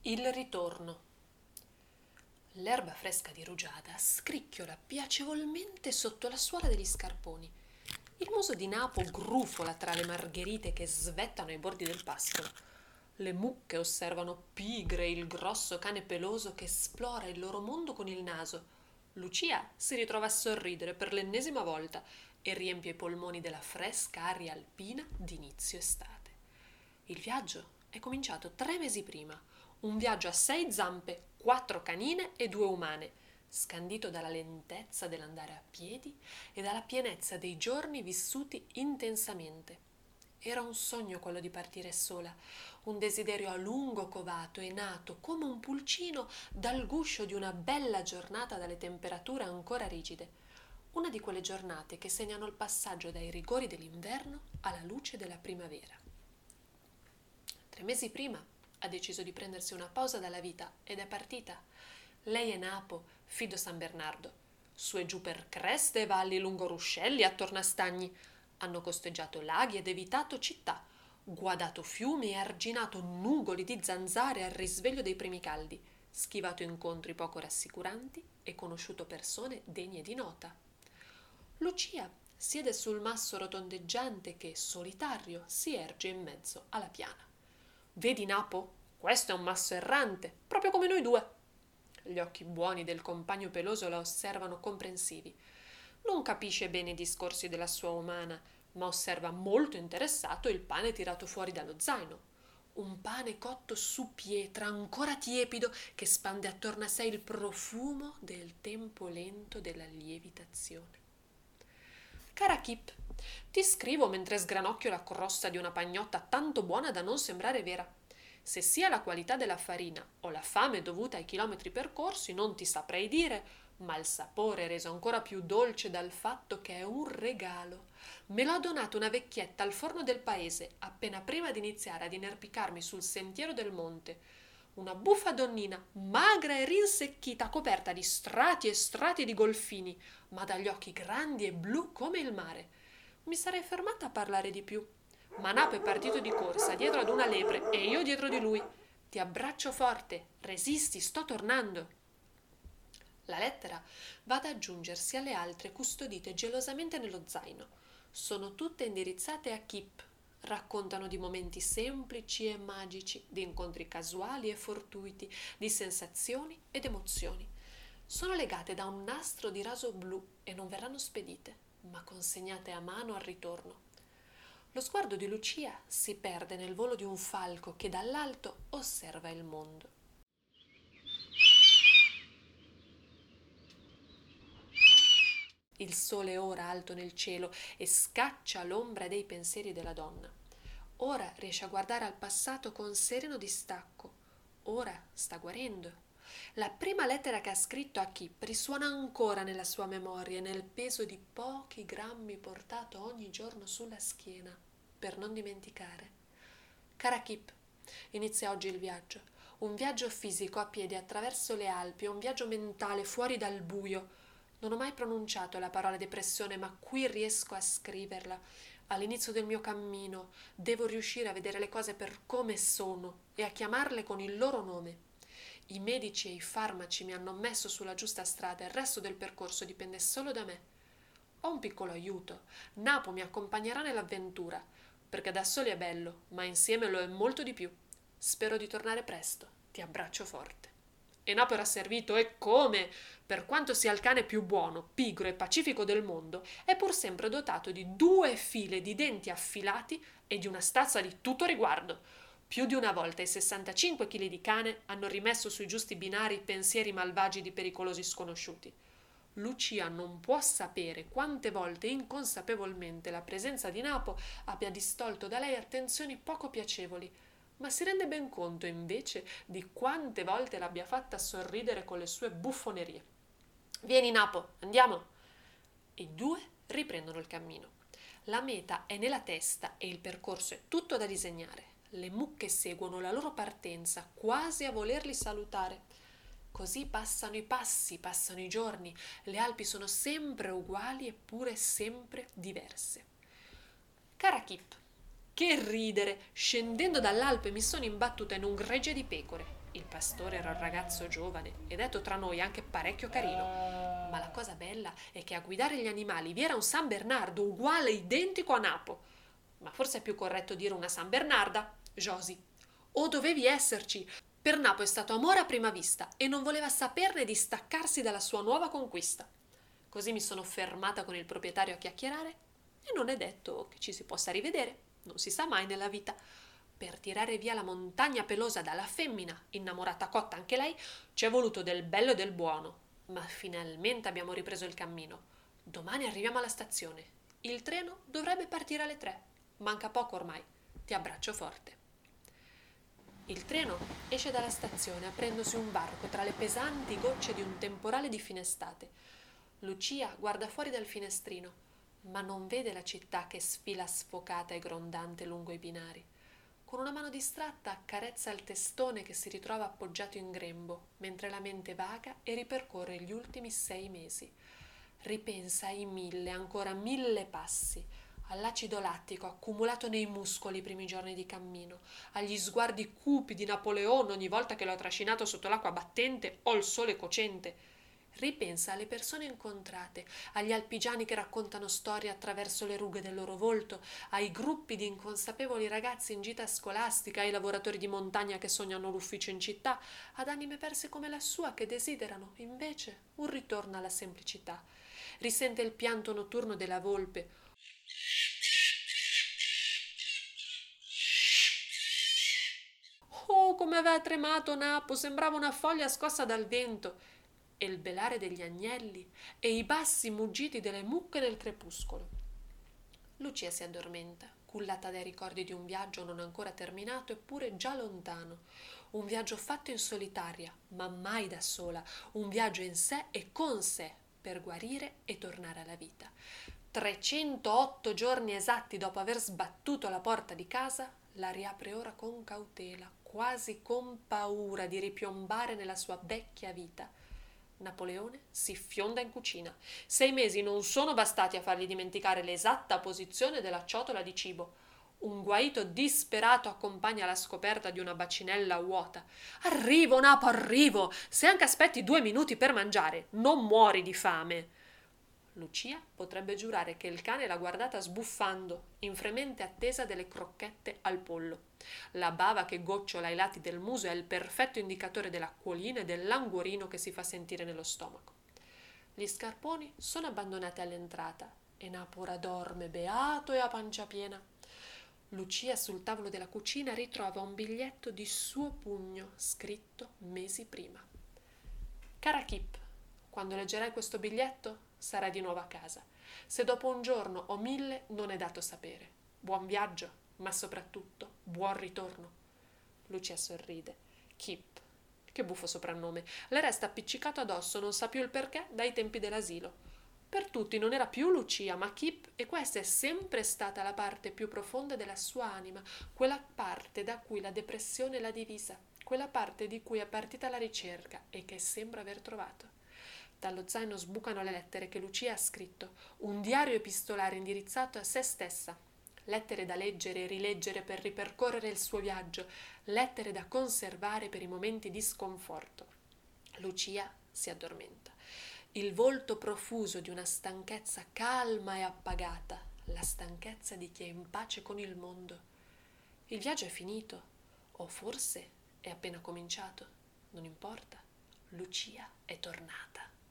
Il ritorno. L'erba fresca di rugiada scricchiola piacevolmente sotto la suola degli scarponi. Il muso di Napo grufola tra le margherite che svettano ai bordi del pascolo. Le mucche osservano pigre il grosso cane peloso che esplora il loro mondo con il naso. Lucia si ritrova a sorridere per l'ennesima volta e riempie i polmoni della fresca aria alpina d'inizio estate. Il viaggio è cominciato 3 mesi prima. Un viaggio a 6 zampe, 4 canine e 2 umane, scandito dalla lentezza dell'andare a piedi e dalla pienezza dei giorni vissuti intensamente. Era un sogno quello di partire sola, un desiderio a lungo covato e nato come un pulcino dal guscio di una bella giornata dalle temperature ancora rigide. Una di quelle giornate che segnano il passaggio dai rigori dell'inverno alla luce della primavera. 3 mesi prima ha deciso di prendersi una pausa dalla vita ed è partita. Lei e Napo, Fido San Bernardo, su e giù per creste e valli lungo ruscelli attorno a stagni, hanno costeggiato laghi ed evitato città, guadato fiumi e arginato nugoli di zanzare al risveglio dei primi caldi, schivato incontri poco rassicuranti e conosciuto persone degne di nota. Lucia siede sul masso rotondeggiante che, solitario, si erge in mezzo alla piana. Vedi, Napo? Questo è un masso errante, proprio come noi due. Gli occhi buoni del compagno peloso la osservano comprensivi. Non capisce bene i discorsi della sua umana, ma osserva molto interessato il pane tirato fuori dallo zaino. Un pane cotto su pietra, ancora tiepido, che spande attorno a sé il profumo del tempo lento della lievitazione. Cara Kip, ti scrivo mentre sgranocchio la crosta di una pagnotta tanto buona da non sembrare vera. Se sia la qualità della farina o la fame dovuta ai chilometri percorsi non ti saprei dire, ma il sapore è reso ancora più dolce dal fatto che è un regalo. Me l'ha donato una vecchietta al forno del paese appena prima di iniziare ad inerpicarmi sul sentiero del monte. Una buffa donnina, magra e rinsecchita, coperta di strati e strati di golfini, ma dagli occhi grandi e blu come il mare. Mi sarei fermata a parlare di più, ma Napo è partito di corsa dietro ad una lepre e io dietro di lui. Ti abbraccio forte, resisti, sto tornando. La lettera va ad aggiungersi alle altre custodite gelosamente nello zaino. Sono tutte indirizzate a Kip. Raccontano di momenti semplici e magici, di incontri casuali e fortuiti, di sensazioni ed emozioni. Sono legate da un nastro di raso blu e non verranno spedite, ma consegnate a mano al ritorno. Lo sguardo di Lucia si perde nel volo di un falco che dall'alto osserva il mondo. Il sole è ora alto nel cielo e scaccia l'ombra dei pensieri della donna. Ora riesce a guardare al passato con sereno distacco. Ora sta guarendo. La prima lettera che ha scritto a Kip risuona ancora nella sua memoria, nel peso di pochi grammi portato ogni giorno sulla schiena, per non dimenticare. Cara Kip, inizia oggi il viaggio. Un viaggio fisico a piedi attraverso le Alpi, un viaggio mentale fuori dal buio. Non ho mai pronunciato la parola depressione, ma qui riesco a scriverla. All'inizio del mio cammino devo riuscire a vedere le cose per come sono e a chiamarle con il loro nome. I medici e i farmaci mi hanno messo sulla giusta strada, il resto del percorso dipende solo da me. Ho un piccolo aiuto. Napo mi accompagnerà nell'avventura, perché da soli è bello, ma insieme lo è molto di più. Spero di tornare presto. Ti abbraccio forte. E Napo era servito, e come? Per quanto sia il cane più buono, pigro e pacifico del mondo, è pur sempre dotato di 2 file di denti affilati e di una stazza di tutto riguardo. Più di una volta i 65 kg di cane hanno rimesso sui giusti binari pensieri malvagi di pericolosi sconosciuti. Lucia non può sapere quante volte inconsapevolmente la presenza di Napo abbia distolto da lei attenzioni poco piacevoli, ma si rende ben conto invece di quante volte l'abbia fatta sorridere con le sue buffonerie. Vieni, Napo, andiamo! I 2 riprendono il cammino. La meta è nella testa e il percorso è tutto da disegnare. Le mucche seguono la loro partenza, quasi a volerli salutare. Così passano i passi, passano i giorni. Le Alpi sono sempre uguali eppure sempre diverse. Cara Kip, che ridere! Scendendo dall'Alpe mi sono imbattuta in un gregge di pecore. Il pastore era un ragazzo giovane e detto tra noi anche parecchio carino, ma la cosa bella è che a guidare gli animali vi era un San Bernardo uguale, identico a Napo. Ma forse è più corretto dire una San Bernarda, Josie. O dovevi esserci. Per Napo è stato amore a prima vista e non voleva saperne di staccarsi dalla sua nuova conquista. Così mi sono fermata con il proprietario a chiacchierare e non è detto che ci si possa rivedere, non si sa mai nella vita. Per tirare via la montagna pelosa dalla femmina, innamorata cotta anche lei, ci è voluto del bello e del buono. Ma finalmente abbiamo ripreso il cammino. Domani arriviamo alla stazione. Il treno dovrebbe partire alle 3. Manca poco ormai. Ti abbraccio forte. Il treno esce dalla stazione aprendosi un varco tra le pesanti gocce di un temporale di fine estate. Lucia guarda fuori dal finestrino, ma non vede la città che sfila sfocata e grondante lungo i binari. Con una mano distratta accarezza il testone che si ritrova appoggiato in grembo, mentre la mente vaga e ripercorre gli ultimi 6 mesi. Ripensa ai 1000, ancora 1000 passi, all'acido lattico accumulato nei muscoli i primi giorni di cammino, agli sguardi cupi di Napoleone ogni volta che lo ha trascinato sotto l'acqua battente o il sole cocente. Ripensa alle persone incontrate, agli alpigiani che raccontano storie attraverso le rughe del loro volto, ai gruppi di inconsapevoli ragazzi in gita scolastica, ai lavoratori di montagna che sognano l'ufficio in città, ad anime perse come la sua che desiderano, invece, un ritorno alla semplicità. Risente il pianto notturno della volpe. Oh, come aveva tremato Napo, sembrava una foglia scossa dal vento, e il belare degli agnelli e i bassi muggiti delle mucche nel crepuscolo. Lucia si addormenta, cullata dai ricordi di un viaggio non ancora terminato eppure già lontano, un viaggio fatto in solitaria, ma mai da sola, un viaggio in sé e con sé per guarire e tornare alla vita. 308 giorni esatti dopo aver sbattuto la porta di casa, la riapre ora con cautela, quasi con paura di ripiombare nella sua vecchia vita. Napoleone si fionda in cucina. 6 mesi non sono bastati a fargli dimenticare l'esatta posizione della ciotola di cibo. Un guaito disperato accompagna la scoperta di una bacinella vuota. Arrivo, Napo, arrivo! Se anche aspetti 2 minuti per mangiare, non muori di fame. Lucia potrebbe giurare che il cane l'ha guardata sbuffando, in fremente attesa delle crocchette al pollo. La bava che gocciola ai lati del muso è il perfetto indicatore dell'acquolina e del languorino che si fa sentire nello stomaco. Gli scarponi sono abbandonati all'entrata e Napo ora dorme beato e a pancia piena. Lucia sul tavolo della cucina ritrova un biglietto di suo pugno scritto mesi prima. Cara Kip, quando leggerai questo biglietto sarai di nuovo a casa. Se dopo un giorno o 1000 non è dato sapere. Buon viaggio, ma soprattutto buon ritorno. Lucia sorride. Kip, che buffo soprannome. Le resta appiccicato addosso, non sa più il perché, dai tempi dell'asilo. Per tutti non era più Lucia, ma Kip, e questa è sempre stata la parte più profonda della sua anima, quella parte da cui la depressione l'ha divisa, quella parte di cui è partita la ricerca e che sembra aver trovato. Dallo zaino sbucano le lettere che Lucia ha scritto, un diario epistolare indirizzato a se stessa, lettere da leggere e rileggere per ripercorrere il suo viaggio, lettere da conservare per i momenti di sconforto. Lucia si addormenta. Il volto profuso di una stanchezza calma e appagata, la stanchezza di chi è in pace con il mondo. Il viaggio è finito, o forse è appena cominciato, non importa. Lucia è tornata.